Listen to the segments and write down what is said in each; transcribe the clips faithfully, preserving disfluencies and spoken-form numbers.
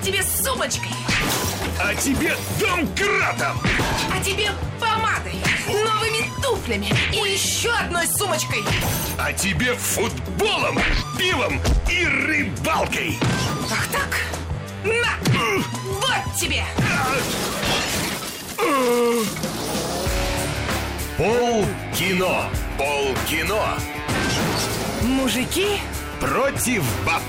тебе сумочкой. А тебе домкратом. А тебе помадой, новыми туфлями и еще одной сумочкой. А тебе футболом, пивом и рыбалкой. Ах так? На! Вот тебе! Полкино. Полкино. Мужики Против баб.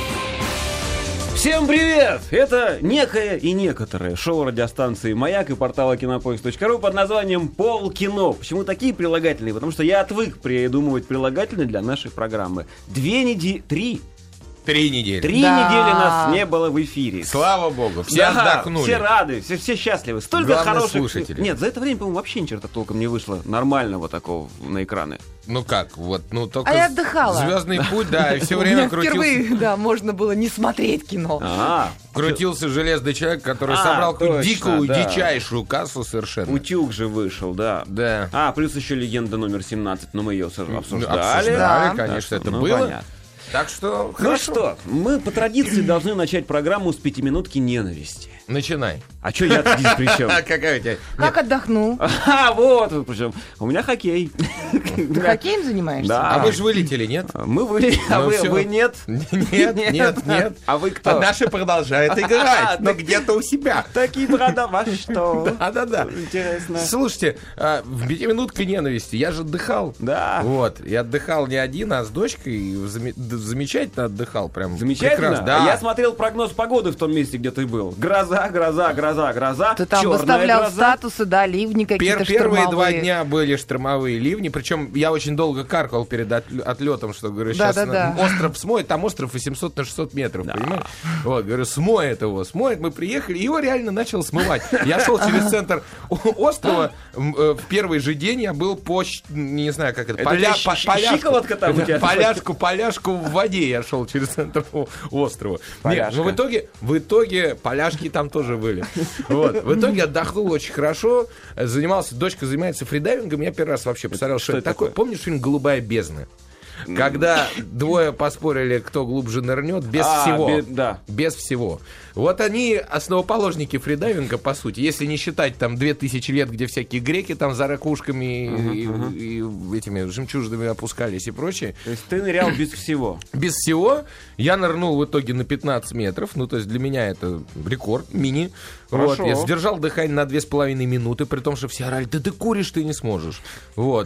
Всем привет! Это некое и некоторое шоу радиостанции «Маяк» и портала кинопоиск точка ру под названием «Полкино». Почему такие прилагательные? Потому что я отвык придумывать прилагательные для нашей программы. Две недели... Три. Три недели. Три Да. недели нас не было в эфире. Слава богу, все Да, отдохнули. все рады, все, все счастливы. Столько Главное, хороших... слушатели. Нет, за это время, по-моему, вообще ни черта толком не вышло нормального такого на экраны. Ну как, вот, ну только... А я отдыхала. Звездный путь, да, и все У время меня крутился, впервые, да, можно было не смотреть кино. А, крутился железный человек, который А, собрал какую-то точно, дикую, да. дичайшую кассу совершенно. утюг же вышел, да. Да. А, плюс еще легенда номер семнадцать, но мы ее обсуждали. Обсуждали, Да. конечно, это Ну, было. понятно. Так что, Ну хорошо. что, мы по традиции должны начать программу с пятиминутки ненависти. Начинай. А что я здесь при чем? А какая у тебя? Как отдохнул? А, вот, причем. У меня хоккей. Ты хоккеем занимаешься? Да. А вы же вылетели, нет? Мы вы, а Ну вы, всё. вы нет? Нет, нет, нет. А вы кто? А наши продолжают играть, но где-то у себя. Такие борода, во что? Да-да-да. Интересно. Слушайте, а, в пятиминутка ненависти я же отдыхал. Да. Вот, и отдыхал не один, а с дочкой. И заме- д- замечательно отдыхал, прям Замечательно. прекрасно. Да. Я смотрел прогноз погоды в том месте, где ты был. Гроза, гроза, гроза, гроза. Ты там черная выставлял гроза. статусы, да, ливни Пер- какие-то первые два штормовые. дня были штормовые ливни, причем я очень долго каркал перед отлё- отлетом, что говорю, Да, сейчас да, да. остров смоет, там остров восемьсот на шестьсот метров, понимаешь? Вот, говорю, смоет его, смоет, мы приехали, и его реально начал смывать. Я шел через центр о- острова, м, э, в первый же день я был по, щ- не знаю, как это, Это у поля- тебя по- щ- поляшку. щиколотка там у тебя? Поляшку, поляшку в воде я шел через центр о- острова. Нет, Поляшка. ну в итоге, в итоге поляшки там тоже были. Вот, в итоге отдохнул очень хорошо, занимался, дочка занимается фридайвингом, я первый раз вообще посмотрел, что, что это это такое. такое? Помнишь фильм «Голубая бездна»? Когда двое поспорили, кто глубже нырнет, без А, всего. бе- да. Без всего. Вот они основоположники фридайвинга, по сути. Если не считать там две тысячи лет, где всякие греки там за ракушками и, и- и этими жемчужинами опускались и прочее. То есть ты нырял без всего. Без всего я нырнул в итоге на пятнадцать метров. Ну, то есть для меня это рекорд, мини. Вот, Хорошо. я сдержал дыхание на две с половиной минуты, при том, что все орали, да ты куришь, ты не сможешь. Вот.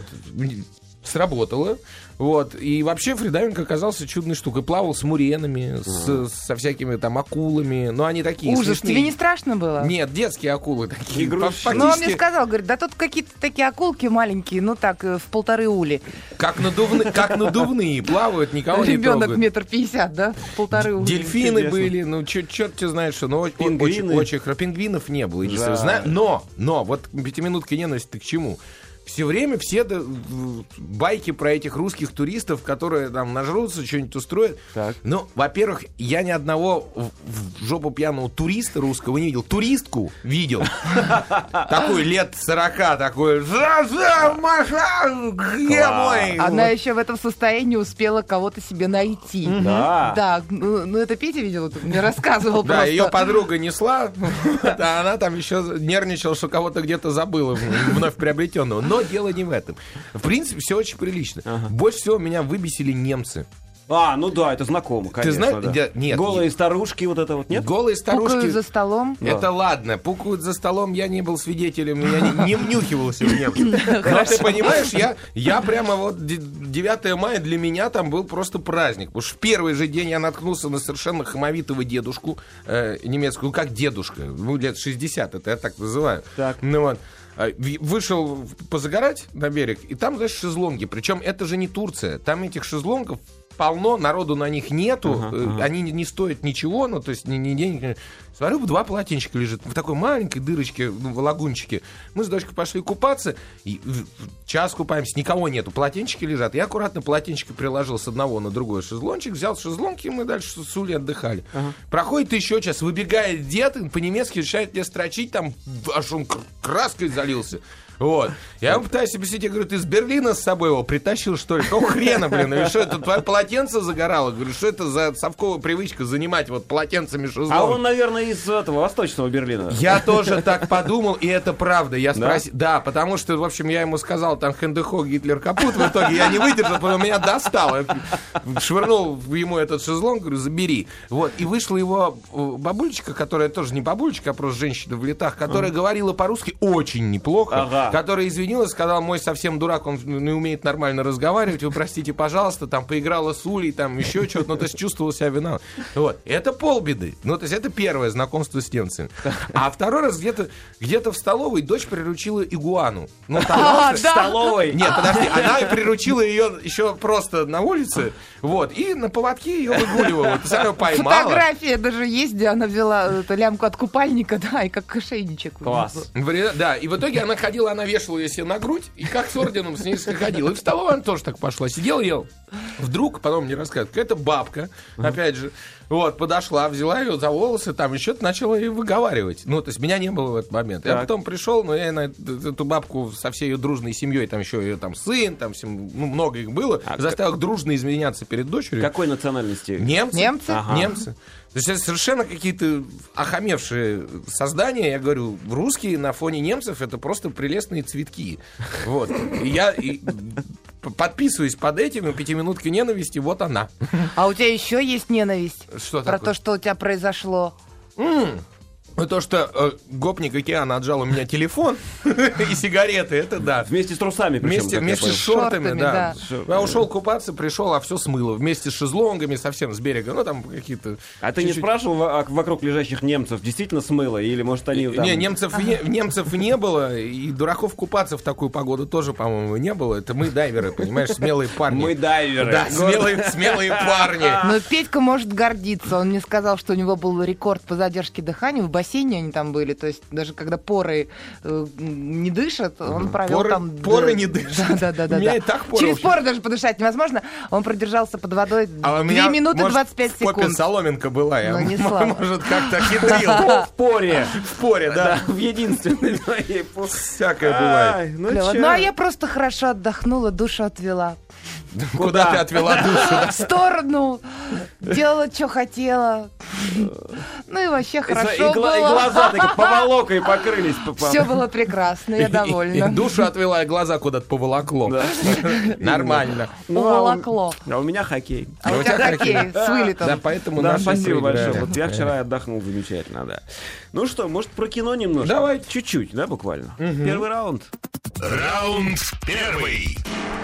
Сработало. Вот. И вообще фридайвинг оказался чудной штукой. Плавал с муренами, с- со всякими там акулами. Но они такие Ужас, смешные. тебе не страшно было? Нет, детские акулы такие. Игрушечные. Ну, он Фактически, мне сказал, говорит, да тут какие-то такие акулки маленькие, ну так, э, в полторы ули. как, надувны- как надувные, плавают, никого не Ребенок трогают. метр пятьдесят, да? В полторы ули. Дельфины Интересно. были, ну, черт тебе знаешь, что, ну, о- Пингвины. очень, очень, хоро- пингвинов не было, единственное. Жаль. Зна- Но, но, вот пятиминутка ненависти, ты к чему? Все время все да, в- байки про этих русских туристов, которые там нажрутся, что-нибудь устроят. Так. Ну, во-первых, я ни одного в, в жопу пьяного туриста русского не видел. Туристку видел. Такой лет сорока, такой, «За-за, Маша, где мой?» Она еще в этом состоянии успела кого-то себе найти. Да. Да, ну, ну, это Петя видел, это мне рассказывал Да, просто. ее подруга несла, а она там еще нервничала, что кого-то где-то забыла, в- вновь приобретенного. Но дело не в этом. В принципе, все очень прилично. Больше всего меня выбесили немцы. А, ну да, это знакомо, конечно. знаешь, да. я- нет, Голые старушки, вот это вот, нет? Голые Пукают старушки. за столом. Это ладно, пукают за столом, я не был свидетелем, я не, не внюхивался в немцев. Но ты понимаешь, я, я прямо вот де- девятое мая для меня там был просто праздник. Потому что в первый же день я наткнулся на совершенно хамовитого дедушку э, немецкую, как дедушка, ну лет шестьдесят, это я так называю. Так. Ну вот. А, в- Вышел позагорать на берег, и там, знаешь, шезлонги. Причем это же не Турция. Там этих шезлонгов полно, народу на них нету, э, они не, не стоят ничего, ну, то есть ни, ни денег. ни- Смотрю, два полотенчика лежит в такой маленькой дырочке, ну, в лагунчике. Мы с дочкой пошли купаться, и в- в час купаемся, никого нету, полотенчики лежат. Я аккуратно полотенчики приложил с одного на другой шезлончик, взял шезлонг, и мы дальше с Улей отдыхали. Проходит еще час, выбегает дед, и по-немецки решает мне строчить, там аж он кр- краской залился. Вот. Я пытаюсь объяснить, я говорю, ты из Берлина с собой его притащил, что ли? Какого хрена, блин? И что это, твое полотенце загорало? Говорю, что это за совковая привычка занимать вот полотенцами шезлонг? А он, наверное, из этого, восточного Берлина. Я тоже так подумал, и это правда. Я спросил, да? да, потому что, в общем, я ему сказал, там, Хендехо, Гитлер капут, в итоге я не выдержал, потому что меня достал. Я швырнул ему этот шезлонг, говорю, забери. Вот, и вышла его бабулечка, которая тоже не бабулечка, а просто женщина в летах, которая говорила по-русски очень неплохо, ага. которая извинилась, сказала, мой совсем дурак, он не умеет нормально разговаривать, вы простите, пожалуйста, там, поиграла с Улей, там, еще что-то, ну, то есть чувствовала себя виноват. Вот, это полбеды. Ну, то есть это первое знакомство с немцами. А второй раз где-то где-то в столовой дочь приручила игуану. Ну, там, А, В да. столовой. нет, подожди, она приручила ее еще просто на улице, вот, и на поводке ее выгуливала. Вот, она ее поймала. Фотография даже есть, где она взяла эту лямку от купальника, да, и как ошейничек. Класс. Вре- Да, и в итоге она ходила, она вешала ее себе на грудь, и как с орденом с ней ходила. И в столовую она тоже так пошла. Сидел, ел. Вдруг, потом мне рассказывают, какая-то бабка, опять же, вот, подошла, взяла ее за волосы, там еще начала ее выговаривать. Ну, то есть меня не было в этот момент. Я Так. потом пришел, но я на эту бабку со всей ее дружной семьей, там еще ее там сын, там всем, ну, много их было, А заставил их дружно извиняться перед дочерью. Какой национальности? Немцы. Немцы? Ага. Немцы. То есть это совершенно какие-то охамевшие создания. Я говорю, русские на фоне немцев это просто прелестные цветки. Вот. И я и подписываюсь под этим, и пятиминутка ненависти, вот она. А у тебя еще есть ненависть? Что Про такое? то, что у тебя произошло. М. Ну, то, что э, гопник Океана отжал у меня телефон и сигареты, это да. Вместе с трусами, причем, Вместе, как я вместе понял. с шортами, Шортами, да. да. Я ушел купаться, пришел, а все смыло. Вместе с шезлонгами совсем с берега. Ну, там какие-то... А ты не чуть-чуть- спрашивал во- вокруг лежащих немцев, действительно смыло? Или, может, они там... Не, немцев, не, немцев не было, и дураков купаться в такую погоду тоже, по-моему, не было. Это мы дайверы, понимаешь, смелые парни. Мы дайверы. Да, смелые, смелые парни. Но Петька может гордиться. Он мне сказал, что у него был рекорд по задержке дыхания. В бассейне они там были. То есть даже когда поры э, не дышат, он провел Поры- там... поры да, не дышат. Да, да, да. У да, меня да. и так поры Через вообще. поры даже подышать невозможно. Он продержался под водой А у две меня, минуты может, двадцать пять в попе секунд. соломинка была. Я, Ну, не м- слава. может, как-то хитрил. В поре. В поре, да. Да, в единственной твоей по- Всякое бывает. Ай, ну Клево. чё? Ну, а я просто хорошо отдохнула, душу отвела. Куда ты отвела душу? В сторону. Делала, что хотела. Ну и вообще И, хорошо и гла- и было. глаза так поволокой покрылись. по- по- Все было прекрасно, я И- довольна. и душу отвела, и глаза куда-то поволокло. Да. Нормально. Ну, а у- Волокло. А у меня хоккей. А у тебя хоккей с вылетом. Да, поэтому Да, наши спасибо проиграли. большое. Вот я вчера отдохнул замечательно, да. Ну что, может, про кино немножко? Давайте. Чуть-чуть, да, буквально. Первый раунд. Раунд первый.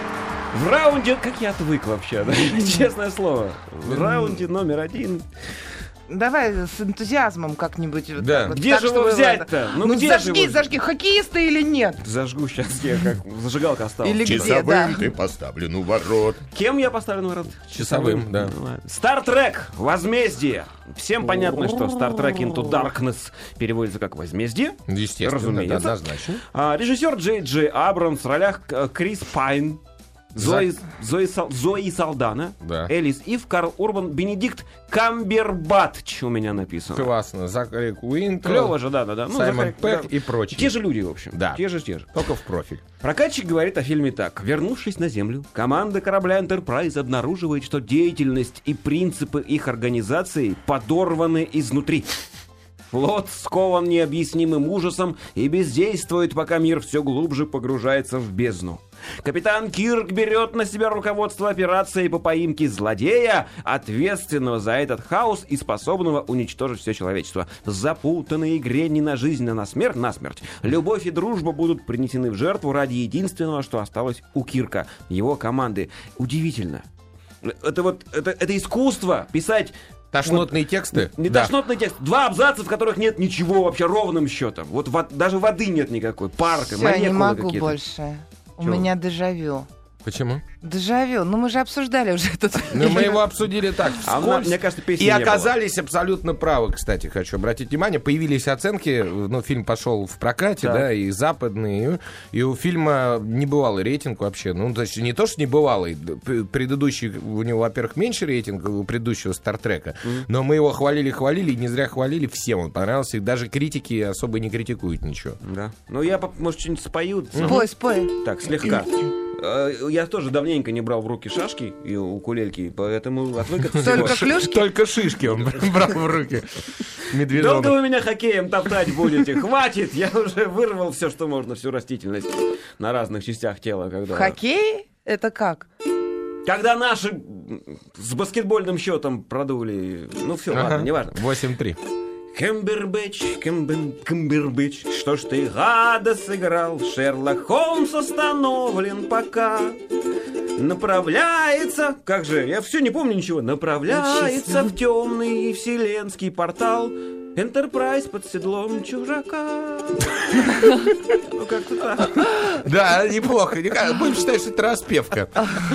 В раунде, как я отвык вообще, да? Честное слово. В раунде номер один. Давай с энтузиазмом как-нибудь. вот Да. так вот, Где так, же его чтобы взять-то? это- Ну, Ну, где же зажги, его- зажги. Хоккеисты или нет? Зажгу сейчас я, как зажигалка осталась. Или где, да. Часовым ты поставлен у ворот. Кем я поставлен в рот? Часовым, да. Стартрек. Возмездие. Всем понятно, что Star Trek Into Darkness переводится как возмездие. Естественно, Разумеется. да, однозначно. А, режиссер Джей Джей Абрамс в ролях э, Крис Пайн, Зои, Зои, Сал- Зои Салдана, Да. Элис Ив, Карл Урбан, Бенедикт Камбербатч у меня написано. Классно. Закари Куинтл, Клево же, да-да-да. Ну, Саймон Захар- Пэк да. и прочие. Те же люди, в общем. Да. Те же, те же. Только в профиль. Прокатчик говорит о фильме так. Вернувшись на Землю, команда корабля Enterprise обнаруживает, что деятельность и принципы их организации подорваны изнутри. Флот скован необъяснимым ужасом и бездействует, пока мир все глубже погружается в бездну. Капитан Кирк берет на себя руководство операцией по поимке злодея, ответственного за этот хаос и способного уничтожить все человечество. В запутанной игре не на жизнь, а на смерть, на смерть. Любовь и дружба будут принесены в жертву ради единственного, что осталось у Кирка, его команды. Удивительно. Это вот, это, это искусство писать... Тошнотные тексты? Не Да. тошнотный текст. Два абзаца, в которых нет ничего вообще ровным счетом. Вот во- даже воды нет никакой. Парка, Все, не молекулы могу какие-то. больше. У Чего? меня дежавю. Почему? Дежавю. Ну, мы же обсуждали уже этот Ну, мы его обсудили так, А вскользь. мне кажется, песни И не было. оказались абсолютно правы, кстати, хочу обратить внимание. Появились оценки, ну, фильм пошел в прокате, Так. да, и западные, и у фильма небывалый рейтинг вообще. Ну, то есть не то, что небывалый, п- предыдущий, у него, во-первых, меньше рейтинг у предыдущего Стартрека, но мы его хвалили-хвалили, и не зря хвалили, всем он понравился, и даже критики особо не критикуют ничего. Да. Ну, я, поп- может, что-нибудь спою. Спой, спой. Так, слегка. Э, Я тоже давненько не брал в руки шашки и укулельки, поэтому отвык от всего. Только клюшки? Только шишки он брал в руки. Медвежонок. Долго вы меня хоккеем топтать будете? Хватит! Я уже вырвал все, что можно, всю растительность на разных частях тела. Когда... Хоккей? Это как? Когда наши м, с баскетбольным счетом продули... Ну все, ладно, неважно. восемь три. Кембербэтч, Кембен, Кембербэтч, что ж ты гада сыграл? Шерлок Холмс остановлен пока. Направляется, как же, я все не помню ничего. Направляется в темный вселенский портал. Энтерпрайз под седлом чужака. Ну как-то так. Да, неплохо. Не- Будем считать, что это распевка.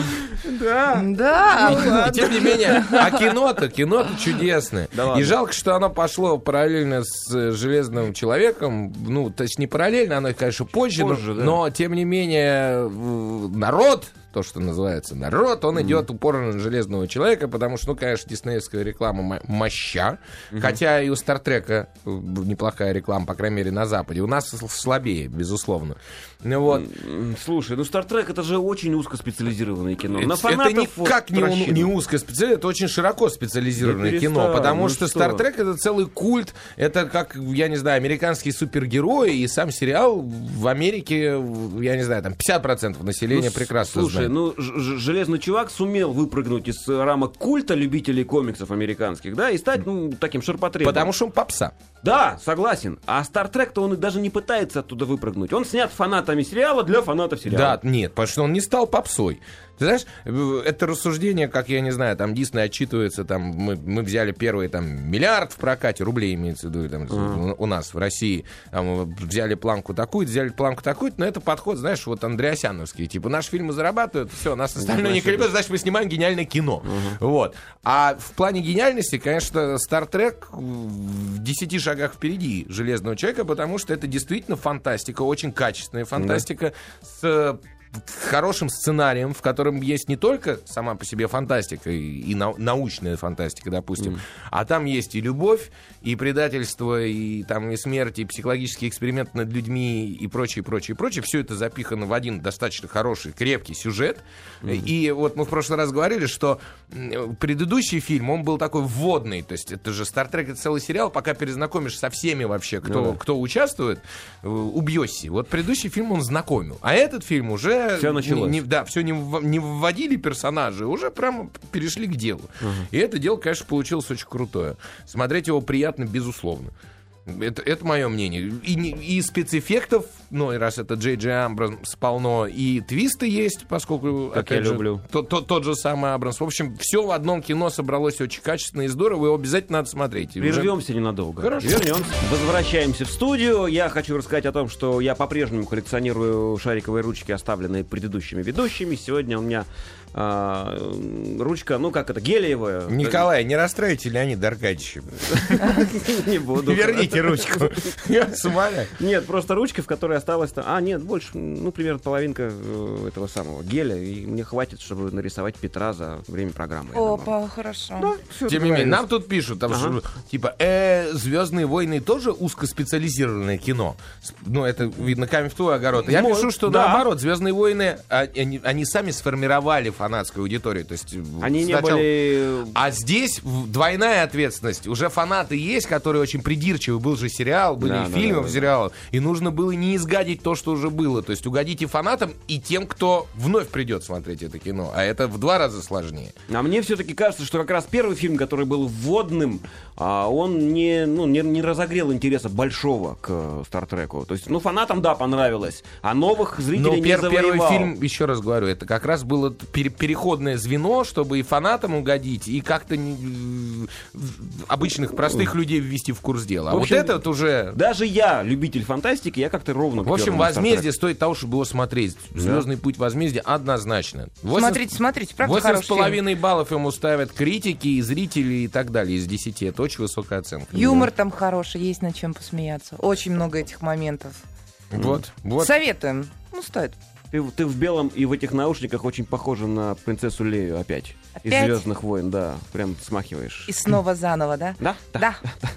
Да. Да. И тем не менее, а кино-то, кино-то чудесное. Да ладно. И жалко, что оно пошло параллельно с э, «Железным человеком». Ну, то есть не параллельно, оно, конечно, позже, но- Позже, да. но, тем не менее, в- народ, то, что называется народ, он идет упорно на «Железного человека», потому что, ну, конечно, диснеевская реклама мо- моща, хотя и у «Стартрека» э, неплохая реклама, по крайней мере, на Западе. У нас с- слабее, безусловно. Ну, вот. М, Слушай, ну Стартрек это же очень узкоспециализированное кино. На Это фанатов никак вот не, рассчитано. не узкое специализированное, это очень широко специализированное Да кино, перестань, потому ну что что? Стартрек это целый культ, это как, я не знаю, американские супергерои, и сам сериал в Америке, я не знаю, там пятьдесят процентов населения Ну, прекрасно Слушай, знает. ну Ж- Ж- Железный чувак сумел выпрыгнуть из рамок культа любителей комиксов американских, да, и стать, ну, таким ширпотребом. Потому что он попса. Да, согласен. А Стартрек-то он и даже не пытается оттуда выпрыгнуть. Он снят фанатами сериала для фанатов сериала. Да, нет, потому что он не стал попсой. Ты знаешь, э, это рассуждение, как, я не знаю, там Дисней отчитывается, там, мы, мы взяли первый, там, миллиард в прокате, рублей имеется в виду, там, у, у нас в России, там, мы взяли планку такую, взяли планку такую, но это подход, знаешь, вот андреасяновский, типа, наши фильмы зарабатывают, все, нас остальное не колебет, значит, мы снимаем гениальное кино, вот. А в плане гениальности, конечно, Стартрек в десяти шагах впереди «Железного человека», потому что это действительно фантастика, очень качественная фантастика с хорошим сценарием, в котором есть не только сама по себе фантастика и, и нау- научная фантастика, допустим, mm. а там есть и любовь, и предательство, и там и смерть, и психологические эксперименты над людьми, и прочее, прочее, прочее. Все это запихано в один достаточно хороший, крепкий сюжет. Mm. И вот мы в прошлый раз говорили, что предыдущий фильм, он был такой вводный, то есть это же «Стартрек» — это целый сериал, пока перезнакомишь со всеми вообще, кто, Ну да. кто участвует, убьешься. Вот предыдущий фильм он знакомил, а этот фильм уже Всё началось. Не, не- да, все не, вв- не вводили персонажей, уже прямо перешли к делу. И это дело, конечно, получилось очень крутое. Смотреть его приятно, безусловно. Это, это мое мнение. И, не- и спецэффектов, ну, и раз это Джей Джей Абрамс полно, и твисты есть, поскольку, Как опять я же, люблю. то- то- тот же самый Абрамс. В общем, все в одном кино собралось очень качественно и здорово, его обязательно надо смотреть. И уже- Прервемся ненадолго. Хорошо. Вернемся. Возвращаемся в студию. Я хочу рассказать о том, что я по-прежнему коллекционирую шариковые ручки, оставленные предыдущими ведущими. Сегодня у меня а, ручка, ну как это, гелиевая. Николай, не расстраивайте Леонида Аркадьевича. Не буду. Верните ручку. Я вас умоляю. Нет, просто ручка, в которой осталось там... А, нет, больше, ну, примерно половинка э, этого самого геля. И мне хватит, чтобы нарисовать Петра за время программы. я думаю. Опа, хорошо. Тем не менее, нам тут пишут, там, что, типа, э, «Звездные войны» тоже узкоспециализированное кино. С- Ну, это, видно, камень в твой огород. Я Может, пишу, что да. наоборот, «Звездные войны», а, они, они сами сформировали фанатскую аудиторию. То есть, Они не сначала- были... А здесь в- двойная ответственность. Уже фанаты есть, которые очень придирчивы. Был же сериал, были Да, и да, фильмы да, в да. сериалах. И нужно было не изгадить то, что уже было. То есть угодить и фанатам, и тем, кто вновь придет смотреть это кино. А это в два раза сложнее. А мне все-таки кажется, что как раз первый фильм, который был вводным, а, он не, ну, не, не разогрел интереса большого к э, Стартреку. То есть, ну, фанатам, да, понравилось, а новых Но зрителей не пер- завоевал. первый фильм, еще раз говорю, это как раз было пере- пере- переходное звено, чтобы и фанатам угодить, и как-то не, обычных простых людей ввести в курс дела. А В общем, вот этот уже... Даже я, любитель фантастики, я как-то ровно... В общем, «Возмездие» стоит того, чтобы его смотреть. «Звездный путь возмездия» однозначно. Смотрите, смотрите, правда Восемь с хороший фильм. половиной баллов ему ставят критики, и зрители и так далее из десяти. Это очень высокая оценка. Юмор там хороший, есть над чем посмеяться. Очень много этих моментов. Вот, вот. Советуем. Ну, стоит. Ты, ты в белом и в этих наушниках очень похожа на принцессу Лею опять. Из Опять? «Звездных войн», да. Прям смахиваешь. И снова заново, да? Да? Да.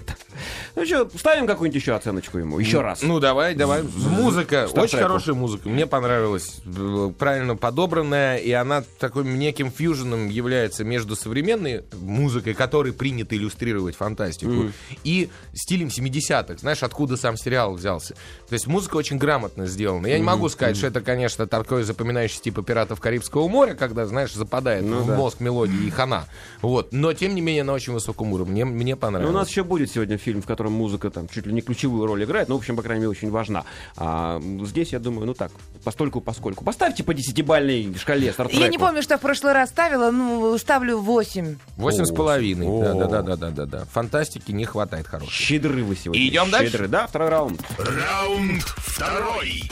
Ну что, ставим какую-нибудь еще оценочку ему? Еще раз. Ну, давай, давай. Музыка, Стартреку. очень хорошая музыка. Мне понравилась. э, Правильно подобранная. И она таким неким фьюженом является между современной музыкой, которой принято иллюстрировать фантастику, Мгм. и стилем семидесятых. Знаешь, откуда сам сериал взялся. То есть музыка очень грамотно сделана. Я не могу сказать, что это, конечно, такой запоминающийся типа «Пиратов Карибского моря», когда, знаешь, западает Ну в да. мозг мелодии и хана. Вот. Но, тем не менее, на очень высоком уровне. Мне, мне Ну, понравилось. у нас еще будет сегодня фильм, в котором музыка там чуть ли не ключевую роль играет, но, в общем, по крайней мере, очень важна. А здесь, я думаю, ну так, постольку поскольку. Поставьте по десятибалльной шкале стартреку. Я не помню, что я в прошлый раз ставила, ну, ставлю восемь. Восемь с половиной. О. Да, да, да, да, да, да, да. Фантастики не хватает хорошей. Щедры вы сегодня. Идем дальше? Щедры. Да, второй раунд. Раунд второй.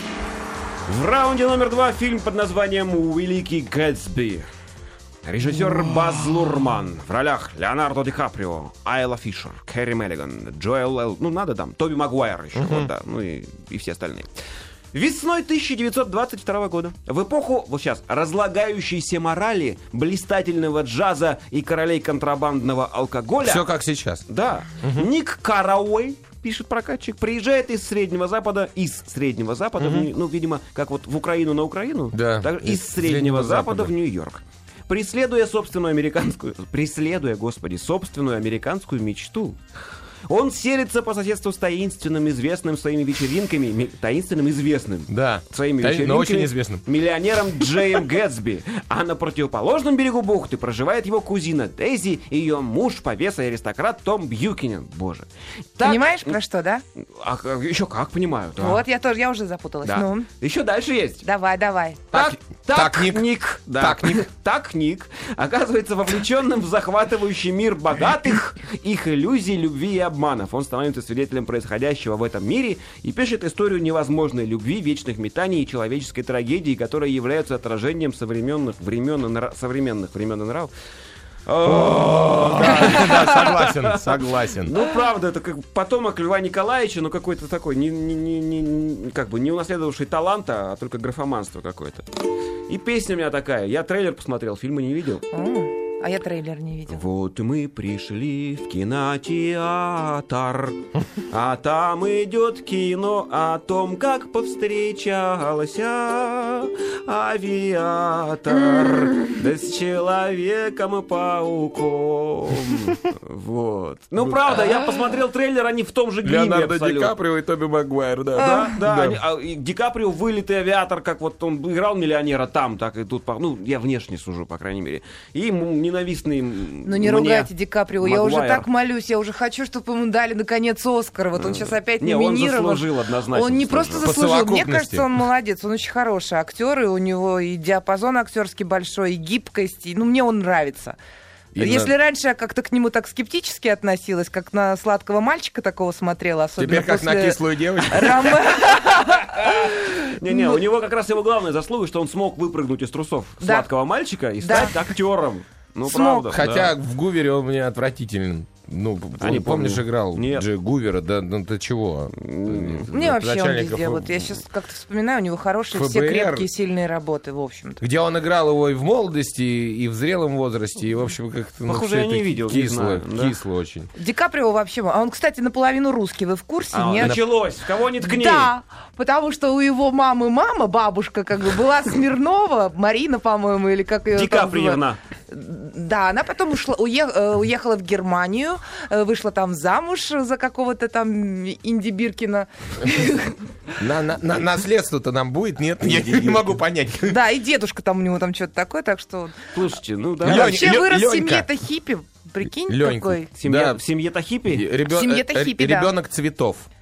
В раунде номер два фильм под названием «Великий Гэтсби». Режиссер Баз Лурман. В ролях Леонардо Ди Каприо, Айла Фишер, Кэрри Меллиган, Джоэл Эл... Ну, надо там. Тоби Магуайр еще. Вот, да. Ну и, и все остальные. Весной тысяча девятьсот двадцать второго года, в эпоху, вот сейчас, разлагающейся морали, блистательного джаза и королей контрабандного алкоголя... Все как сейчас. Да. Ник Карауэй, пишет прокатчик, приезжает из Среднего Запада, из Среднего Запада, в Нью- ну, видимо, как вот в Украину на Украину, Да, так, из из Среднего Среднего Запада Запада. в Нью-Йорк. Преследуя собственную американскую, преследуя, господи, собственную американскую мечту, он селится по соседству с таинственным, известным своими вечеринками, ми- таинственным, известным, Да. своими Таин- вечеринками, но очень известным. миллионером Джеем Гэтсби. А на противоположном берегу бухты проживает его кузина Дейзи и ее муж, повеса и аристократ Том Бьюкинен. Боже. Так- Понимаешь, про что, да? А, как- еще как понимаю, да. Вот, я тоже, я уже запуталась. Да. Ну, Еще дальше есть. давай, давай. Так, Так, так, так, Ник. Ник. Да. Так, Ник. Так, Ник оказывается вовлеченным в захватывающий мир богатых, их иллюзий, любви и обманов. Он становится свидетелем происходящего в этом мире и пишет историю невозможной любви, вечных метаний и человеческой трагедии, которые являются отражением современных времен и нра- современных времен и нравов. Да, согласен, согласен. Ну, правда, это как потомок Льва Николаевича, но какой-то такой, не, не, не, не- как бы не унаследовавший таланта, а только графоманство какое-то. И песня у меня такая. Я трейлер посмотрел, фильма не видел. М, А я трейлер не видел. Вот мы пришли в кинотеатр, а там идет кино о том, как повстречался авиатор да с Человеком-пауком. Вот. Ну, правда, я посмотрел трейлер, они в том же гриме Леонардо Ди абсолютно. Каприо и Тоби Магуайр, да. Да, да, они- а, и Ди Каприо вылитый авиатор, как вот он играл миллионера там, так и тут, по- ну, я внешне сужу, по крайней мере. И ему ненавистный Ну не ругайте Ди Каприо, я уже Магуайр. так молюсь, я уже хочу, чтобы ему дали наконец Оскар. Вот он сейчас опять Не, он номинирован. заслужил однозначно. Он не заслужил. просто По заслужил, мне совокупности. кажется, он молодец, он очень хороший актер, и у него и диапазон актерский большой, и гибкость, и, ну мне он нравится. И Если на- раньше я как-то к нему так скептически относилась, как на сладкого мальчика такого смотрела, особенно Теперь как на после кислую девочку. Ромэ- Не-не, Ну- у него как раз его главная заслуга, что он смог выпрыгнуть из трусов Да. сладкого мальчика и Да. стать актером. Ну, Смог. правда. Хотя да. в Гувере он мне отвратителен. Ну, А, не помнишь, помню. играл Нет. Джей Гувера? Да, ну ты чего? Мне вообще он Начальников везде. Ф- Вот я сейчас как-то вспоминаю, у него хорошие все ФБР. крепкие, сильные работы, в общем-то. Где он играл его и в молодости, и в зрелом возрасте, и, в общем, как-то... ну, Похоже, всё я не это видел, не Кисло, знаю, да. кисло очень. Ди Каприо вообще... А он, кстати, наполовину русский, вы в курсе, А, нет? началось. В кого не ткни. Да, потому что у его мамы мама, бабушка, как бы, была Смирнова, Марина, по-моему, или как ее Ди там звали. Каприевна. Да, она потом ушла, уе- э, уехала в Германию, э, вышла там замуж за какого-то там Инди Биркина. На, на- на- наследство-то нам будет? Нет? Я не могу понять. Да, и дедушка там у него там что-то такое, так что... Слушайте, ну да. Лёнь- Вообще Лё- вырос в Лёнька. семье-то хиппи, прикинь, Лёнька. такой. Семья, Да. в семье-то хиппи? Ребё- В семье-то э, хиппи, да. Ребенок цветов.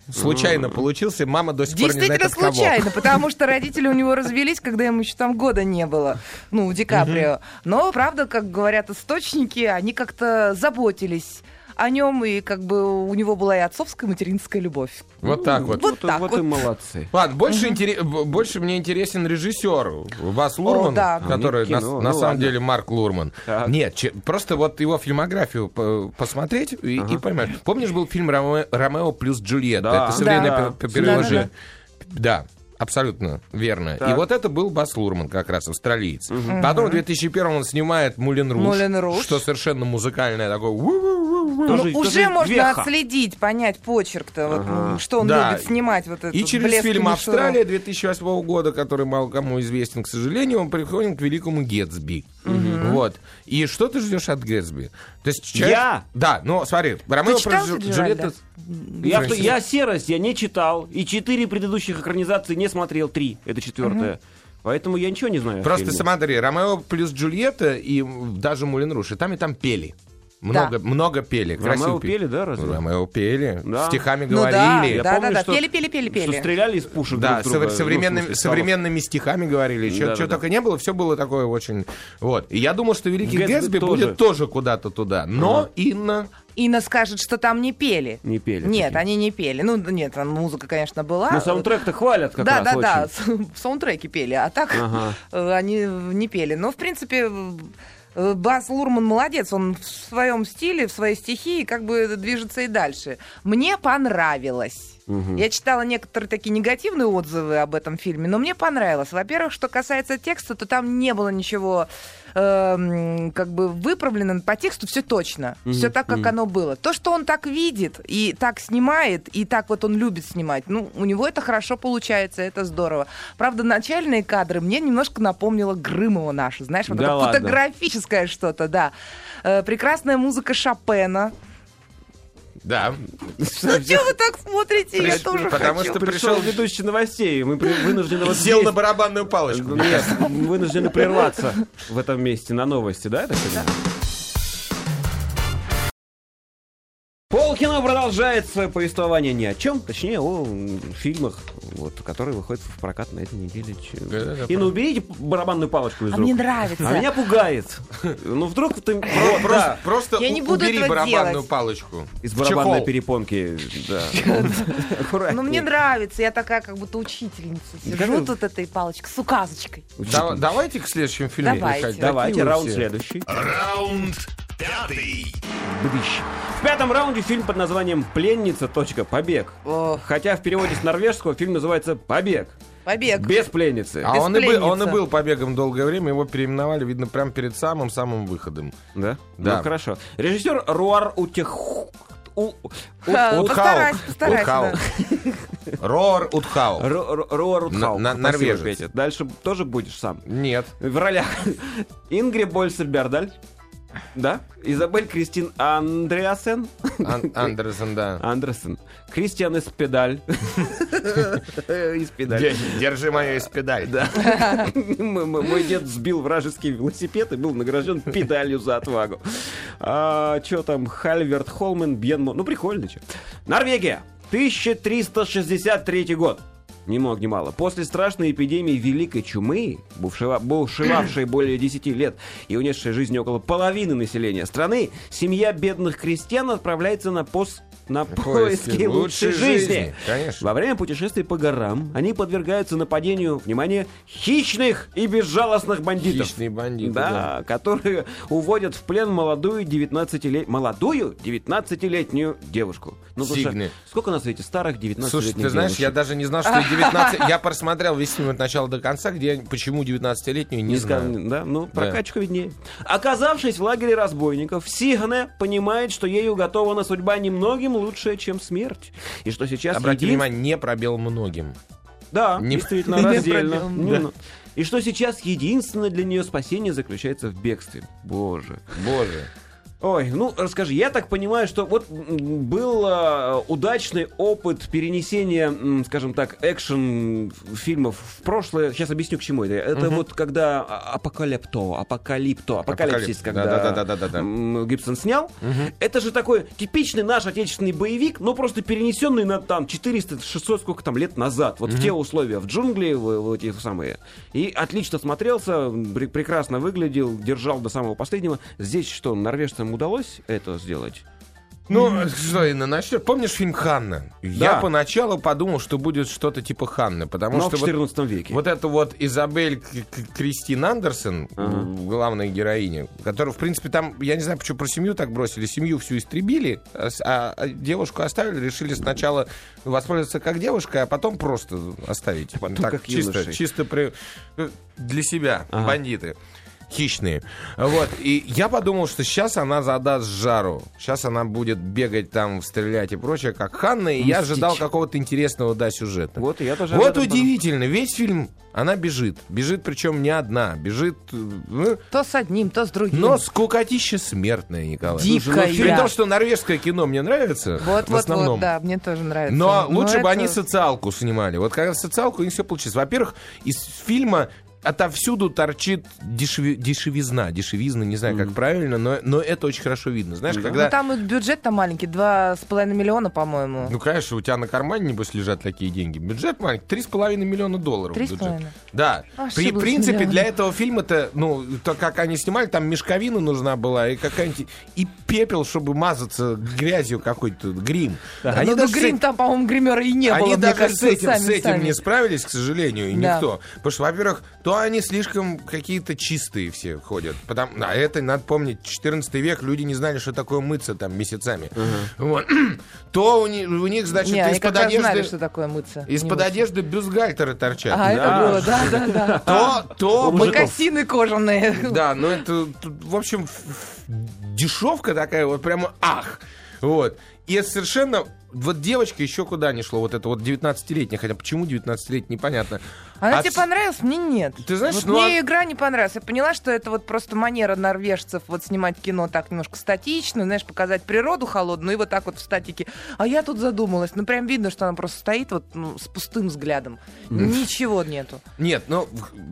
случайно получился, мама до сих пор не знает, Действительно от кого. случайно, потому что родители у него развелись, когда ему еще там года не было, ну, у Ди Каприо. Но, правда, как говорят источники, они как-то заботились о нем, и как бы у него была и отцовская, и материнская любовь. Вот так вот. Вот так Вот вот. и молодцы. Ладно, больше, интерес- б- больше мне интересен режиссер Бас Лурман, да. который А, не на, кино, на ну самом ладно. деле Марк Лурман. Так. Нет, че- просто вот его фильмографию по- посмотреть и, и поймешь. Помнишь, был фильм «Роме- «Ромео плюс Джульетта»? Да. Это современное Да. пе- пе- переложение. Да-да-да. Да. Абсолютно верно. Так. И вот это был Бас Лурман, как раз австралиец. Потом в две тысячи первом он снимает «Мулен Руж», «Мулен Руж». что совершенно музыкальное такое. Ну, Тоже- уже тоже можно веха. отследить, понять почерк-то, вот, Ага. что он Да. любит снимать. Вот этот И через блеск фильм мишура. «Австралия» две тысячи восьмого года, который мало кому известен, к сожалению, мы приходим к великому Гэтсби. Вот. И что ты ждешь от Гэтсби? То есть человек- Я? Да, ну смотри, Ромео Ты читал плюс Джу- Фиджеральда? Джульетта... Я, Фрэнсис. я «Серость» я не читал, и четыре предыдущих экранизации не смотрел, три, это четвертая. Поэтому я ничего не знаю о Просто фильме. смотри, Ромео плюс Джульетта и м, даже Мулен Руж, и там, и там пели. Много, много пели. красиво Ромео пели, да, разве? Ромео пели, Да. стихами Ну да, говорили. Я да, помню, да, да, что- пели, пели, пели, Что пели. стреляли из пушек Да, друг друга, совр- ну, в современными, смысле, ставок. современными стихами говорили, что Да-да-да. только не было, все было такое очень... Вот. И я думал, что Великий Гэтсби Гэтсби тоже. будет тоже куда-то туда. Но Инна... Инна скажет, что там не пели. Не пели. Нет, такие. они не пели. Ну, нет, там музыка, конечно, была. Ну, саундтрек-то хвалят как да, раз да, да, очень. в саундтреке пели, а так Ага. э, они не пели. Но, в принципе, э, Бас Лурман молодец, он в своем стиле, в своей стихии как бы движется и дальше. Мне понравилось. Я читала некоторые такие негативные отзывы об этом фильме, но мне понравилось. Во-первых, что касается текста, то там не было ничего эм, как бы выправлено по тексту, все точно, все так, как оно было. То, что он так видит и так снимает, и так вот он любит снимать, ну, у него это хорошо получается, это здорово. Правда, начальные кадры мне немножко напомнило Грымова нашу, знаешь, вот Да это ладно? фотографическое что-то, да. Э, прекрасная музыка Шопена. Да. Ну, что вы так смотрите? Я Приш- тоже потому хочу. что Пришел пришел... ведущий новостей, мы при- вынуждены вот Сел здесь- на барабанную палочку. Нет, вынуждены прерваться в этом месте на новости, да, я так понимаю? Полкино продолжает свое повествование ни о чем, точнее о м, фильмах, вот, которые выходят в прокат на этой неделе. Че- Да-да-да, И ну уберите барабанную палочку из А рук. мне нравится. А меня пугает. Ну вдруг ты Про- вот, Просто, да, просто Я не у- буду убери этого барабанную делать. палочку. из в барабанной чехол. перепонки. Да. Аккуратнее. Ну, мне нравится, я такая как будто учительница. Сижу какая- тут этой палочкой с указочкой. Да- давайте к следующему фильму Давайте. переходить. Давайте, Какие вы раунд все? следующий. Раунд пятый. Бдыщ. В пятом раунде фильм под названием «Пленница. Точка. Побег». Ох, Хотя в переводе с норвежского фильм называется «Побег». побег. Без пленницы. А Без он и, был, он и пленницы. был побегом долгое время, его переименовали, видно, прям перед самым-самым выходом. Да? Да. Ну, хорошо. Режиссер Руар Утех... У... А, У- постарайся, Утхау. постарайся, Утхау. Роор Утхау. Ру- Ру- Руар Утхау. На- на- Спасибо, норвежец. Петя. Дальше тоже будешь сам. Нет. В ролях Ингри Больсер-Бердаль. Да? Изабель Кристин Андреасен. Ан- Андерсон, да. Андерсен. Кристиан Испедаль. Испедаль. Де- Держи мою эспедаль. Да. М- м- Мой дед сбил вражеский велосипед и был награжден педалью за отвагу. А, что там? Хальверт Холмен, Бьенмо. Ну, прикольно, что. Норвегия. тысяча триста шестьдесят третий год. Ни много ни мало. После страшной эпидемии Великой Чумы, бушева- бушевавшей более десяти лет и унесшей жизни около половины населения страны, семья бедных крестьян отправляется на пост на Поиски поиски лучшей жизни. Конечно. Во время путешествий по горам они подвергаются нападению, внимание, хищных и безжалостных бандитов. Хищные бандиты, Да, да. которые уводят в плен молодую девятнадцатилетнюю молодую девятнадцатилетнюю девушку. Ну, потому что Сигны. сколько на свете старых девятнадцатилетних Слушай, ты знаешь, девушек? я даже не знал, что и девятнадцать... Я просмотрел весь фильм от начала до конца, где почему девятнадцатилетнюю, не Не знаю. скажу, да? Ну, прокачка виднее. Оказавшись в лагере разбойников, Сигне понимает, что ей уготована судьба немногим лучше, чем смерть. И что сейчас Обрати един- внимание, не пробел многим. Да, Не- действительно, Не раздельно. пробел. Немного. И что сейчас единственное для нее спасение заключается в бегстве. Боже. Боже. Ой, ну расскажи, я так понимаю, что вот был э, удачный опыт перенесения, м, скажем так, экшн-фильмов в прошлое. Сейчас объясню, к чему это. Это Мгм. вот когда апокалипто, апокалипто, апокалипсис, Апокалип- когда да-да-да-да-да-да. м, Гибсон снял. Мгм. Это же такой типичный наш отечественный боевик, но просто перенесенный на там четыреста шестьсот сколько там лет назад, вот в те условия, в джунгли, в, в эти самые. И отлично смотрелся, пр- прекрасно выглядел, держал до самого последнего. Здесь что, норвежцам удалось это сделать? Ну, что, Инна, начнём. Помнишь фильм «Ханна»? Я поначалу подумал, что будет что-то типа «Ханны», потому Но что в вот, четырнадцатом веке. вот это вот Изабель К- К- Кристин Андерсон, Ага. главная героиня, которая, в принципе, там, я не знаю, почему про семью так бросили, семью всю истребили, а, с- а- а девушку оставили, решили сначала воспользоваться как девушкой, а потом просто оставить. потом Так, как чисто, юношей. чисто при- для себя, Ага. бандиты. Хищные. Вот. И я подумал, что сейчас она задаст жару. Сейчас она будет бегать там, стрелять и прочее, как Ханна. И я Мстить. ожидал какого-то интересного, да, сюжета. Вот, и я тоже об Вот этом удивительно. Весь фильм она бежит. Бежит, причем не одна. Бежит... э, То с одним, то с другим. Но скукотища смертная, Николай. Дикая. Слушай, ну, при том, что норвежское кино мне нравится, Вот, в вот, основном. вот, да, мне тоже нравится. Но лучше бы это- они социалку снимали. Вот когда социалку, у них все получилось. Во-первых, из фильма отовсюду торчит дешеви- дешевизна. Дешевизна, не знаю, как правильно, но, но это очень хорошо видно. Знаешь, когда... Ну, там и бюджет-то маленький, два с половиной миллиона, по-моему. Ну, конечно, у тебя на кармане, небось, лежат такие деньги. Бюджет маленький, три с половиной миллиона долларов. Три с бюджет. половиной? Да. Ошиблась При, в принципе, миллион. для этого фильма-то, ну, то, как они снимали, там мешковина нужна была, и какая-нибудь... И пепел, чтобы мазаться грязью какой-то, грим. Ну, ну, с грим эт- там, по-моему, гримера и не Они было, мне даже кажется, с этим, сами, с этим сами. не справились, к сожалению, и Да. никто. Потому что, во-первых, то они слишком какие-то чистые все ходят. Потому, а это, надо помнить, четырнадцатый век, люди не знали, что такое мыться там месяцами. Вот. То у них, у них, значит, Не, они из-под как раз знали, одежды... что такое мыться. Из-под Не мыться. одежды бюстгальтеры торчат. А, это Да. было, да, да, да. То, то... Мокасины кожаные. Да, ну это, тут, в общем, ф- ф- дешевка такая, вот прямо ах. Вот. И это совершенно... Вот девочка еще куда не шло, вот это вот девятнадцатилетняя, хотя почему девятнадцатилетняя, непонятно. Она А тебе с- понравилась? Мне нет. Ты знаешь, вот ну, мне а- игра не понравилась. Я поняла, что это вот просто манера норвежцев вот снимать кино так немножко статично, знаешь, показать природу холодную и вот так вот в статике. А я тут задумалась. Ну, прям видно, что она просто стоит вот ну, с пустым взглядом. Ничего нету. Нет, ну,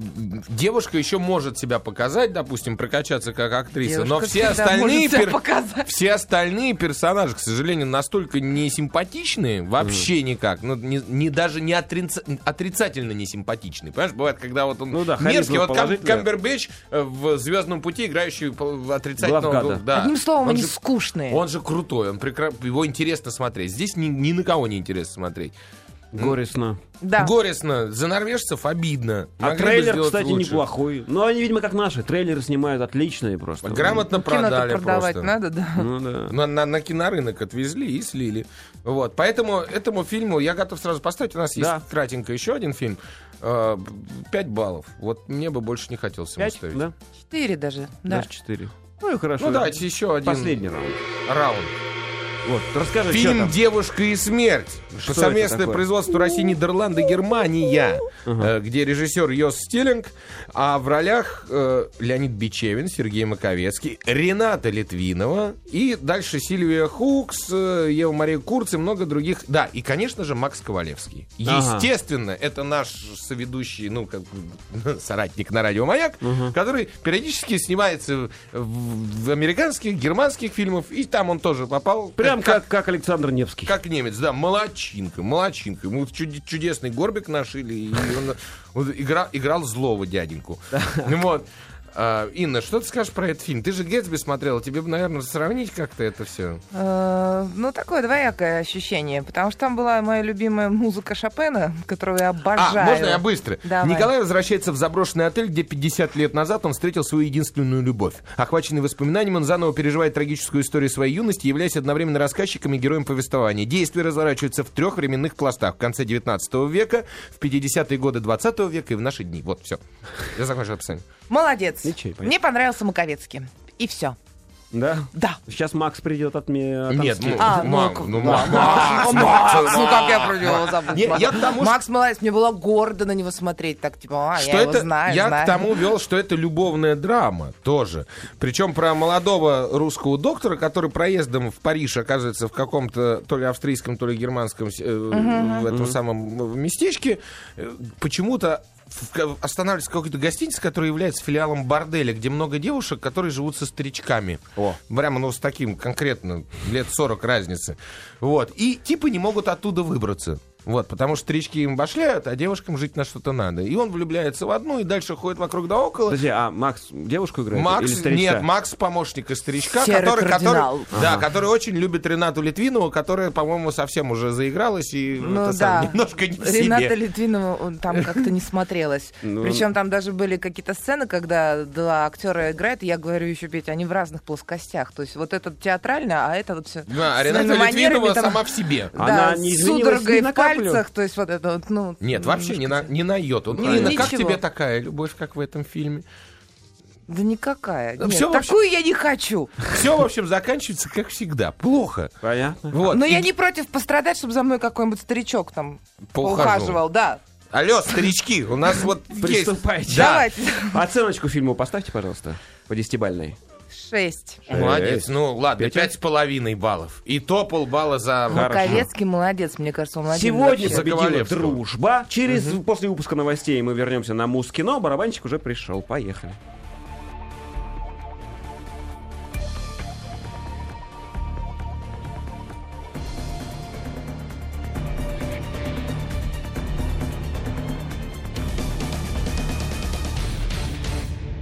в- девушка еще может себя показать, допустим, прокачаться как актриса, но Девушка все всегда остальные, может себя пер- показать. все остальные персонажи, к сожалению, настолько не симпатичные, вообще никак, ну, не, не- даже не отрица- отрицательно не симпатичные. Понимаешь, бывает, когда вот он Ну да, мерзкий, харизма вот Кам- положительная. Камбербэтч э, в «Звездном пути», играющий по- отрицательного... Главгада. да. Одним словом, Он они же- скучные. Он же крутой, он прекра... его интересно смотреть. Здесь ни, ни на кого не интересно смотреть. Горестно. Да. Горестно. За норвежцев обидно. А Могли бы трейлер, сделать кстати, лучше. неплохой. Ну, они, видимо, как наши. Трейлеры снимают отличные просто. Грамотно Кино-то продали продавать просто. надо, да. Ну да. На, на, на кинорынок отвезли и слили. Вот. Поэтому этому фильму я готов сразу поставить. У нас Да. есть кратенько еще один фильм. Э, Пять баллов. Вот мне бы больше не хотелось ему Пять, ставить. да? Четыре даже. Да. Даже четыре. Ну и хорошо. Ну давайте еще один Последний раунд. раунд. Вот, расскажи, что Фильм там. «Девушка и смерть». Что Совместное это такое? производство России, Нидерланды, Германия, э, где режиссер Йос Стиллинг, а в ролях э, Леонид Бичевин, Сергей Маковецкий, Рената Литвинова и дальше Сильвия Хукс, э, Ева Мария Курц и много других. Да, и, конечно же, Макс Ковалевский. Ага. Естественно, это наш соведущий, ну, как бы, соратник на радио «Маяк», который периодически снимается в, в американских, германских фильмах, и там он тоже попал. Прям как, как Александр Невский. Как немец, да, молодчинка, молодчинка. Ему чуд- чудесный горбик нашили, и он, он игра- играл злого дяденьку. Вот. А, Инна, что ты скажешь про этот фильм? Ты же «Гэтсби» смотрела, тебе бы, наверное, сравнить как-то это все. Э, Ну, такое двоякое ощущение, потому что там была моя любимая музыка Шопена, которую я обожаю. А, можно я быстро? Давай. Николай возвращается в заброшенный отель, где пятьдесят лет назад он встретил свою единственную любовь. Охваченный воспоминанием, он заново переживает трагическую историю своей юности, являясь одновременно рассказчиком и героем повествования. Действие разворачивается в трех временных пластах. В конце девятнадцатого века, в пятидесятые годы двадцатого века и в наши дни. Вот, все. Я закончил описание. Молодец. Ничего, понятно. Мне понравился Маковецкий. И все. Да? Да. Сейчас Макс придет от меня. Нет, ну, А, Мак- ну, ну, да. Ма- Макс, Макс, ну как я про него забыла. Не, я к тому, Макс молодец, мне было гордо на него смотреть, так типа, а, что я его это, знаю, я знаю. к тому вел, что это любовная драма тоже. Причем про молодого русского доктора, который проездом в Париж оказывается в каком-то то ли австрийском, то ли германском э, в этом самом местечке, э, почему-то в- останавливается в какой-то гостинице, которая является филиалом борделя, где много девушек, которые живут со старичками. О. Прямо, ну, с таким конкретно, лет сорок разницы. Вот. И типы не могут оттуда выбраться. Вот, потому что старички им башляют, а девушкам жить на что-то надо. И он влюбляется в одну и дальше ходит вокруг да около. Подожди, а Макс девушку играет Макс, или старичка? нет, Макс помощника старичка, Серый который, который, кардинал. да, который очень любит Ренату Литвинову, которая, по-моему, совсем уже заигралась и Ну это да, самое, немножко не в Рената себе. Литвинова он там как-то не смотрелась. Ну, Причем там даже были какие-то сцены, когда два актера играют, и я говорю еще, Петя, они в разных плоскостях. То есть вот этот театрально, а это вот все. Да, а Рената Литвинова сама в себе. Она Да, не с изменилась судорогой ни в на каплю? пальцах, то есть вот это вот, ну... Нет, вообще не на, не на йоту. Ну, Ирина, как ничего. тебе такая любовь, как в этом фильме? Да никакая. Да Нет, всё вообще- такую я не хочу. Все, в общем, заканчивается, как всегда, плохо. Понятно. Вот. Но и- я не против пострадать, чтобы за мной какой-нибудь старичок там Поухаживал. поухаживал, да. Алло, старички, у нас вот Приступайте. есть... Да. Давайте. Оценочку фильму поставьте, пожалуйста, по десятибалльной. Шесть. Молодец. Ну, ладно, Петя? пять с половиной баллов. И то полбалла за... Маковецкий молодец, мне кажется, он молодец. Сегодня вообще. победила Ковалевского. дружба. Через, после выпуска новостей мы вернемся на Муз-кино. Барабанщик уже пришел. Поехали.